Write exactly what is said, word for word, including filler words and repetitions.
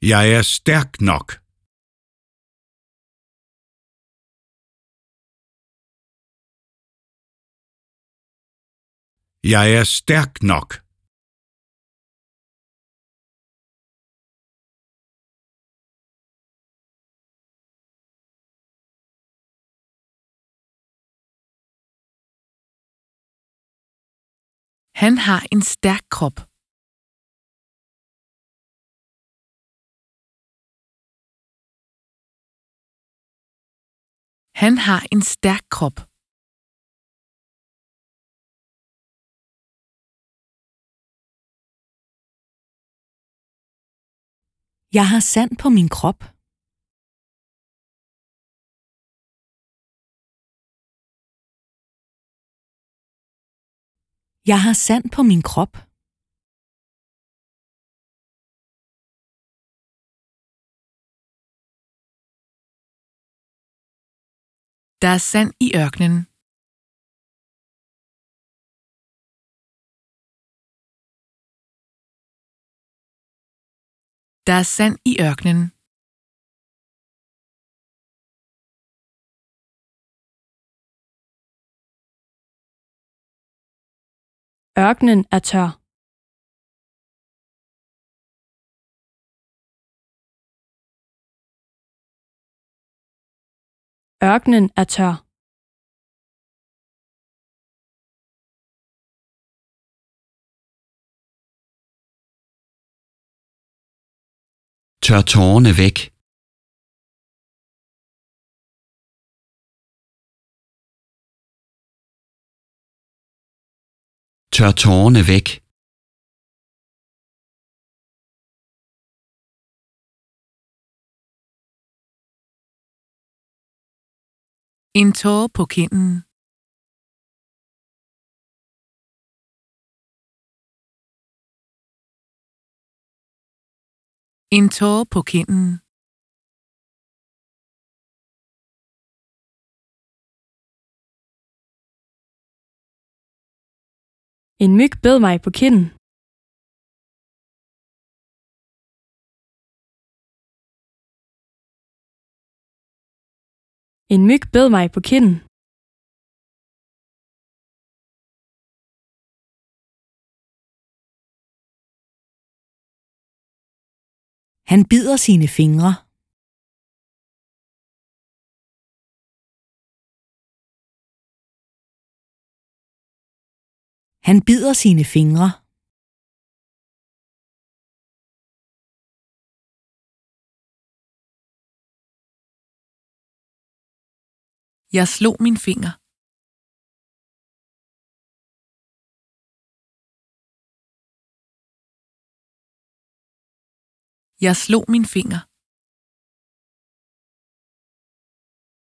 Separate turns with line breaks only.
Jeg er stærk nok. Jeg er stærk nok.
Han har en stærk krop. Han har en stærk krop.
Jeg har sand på min krop. Jeg har sand på min krop.
Der er sand i ørkenen. Der er sand i ørkenen.
Ørkenen er tør. Ørkenen er tør.
Tør tårerne væk. Tør tårerne væk.
En tåre på kinden. En tåre på kinden.
En myg bed mig på kinden. En myg bed mig på kinden.
Han bider sine fingre. Han bider sine fingre.
Jeg slog min finger. Jeg slog min finger.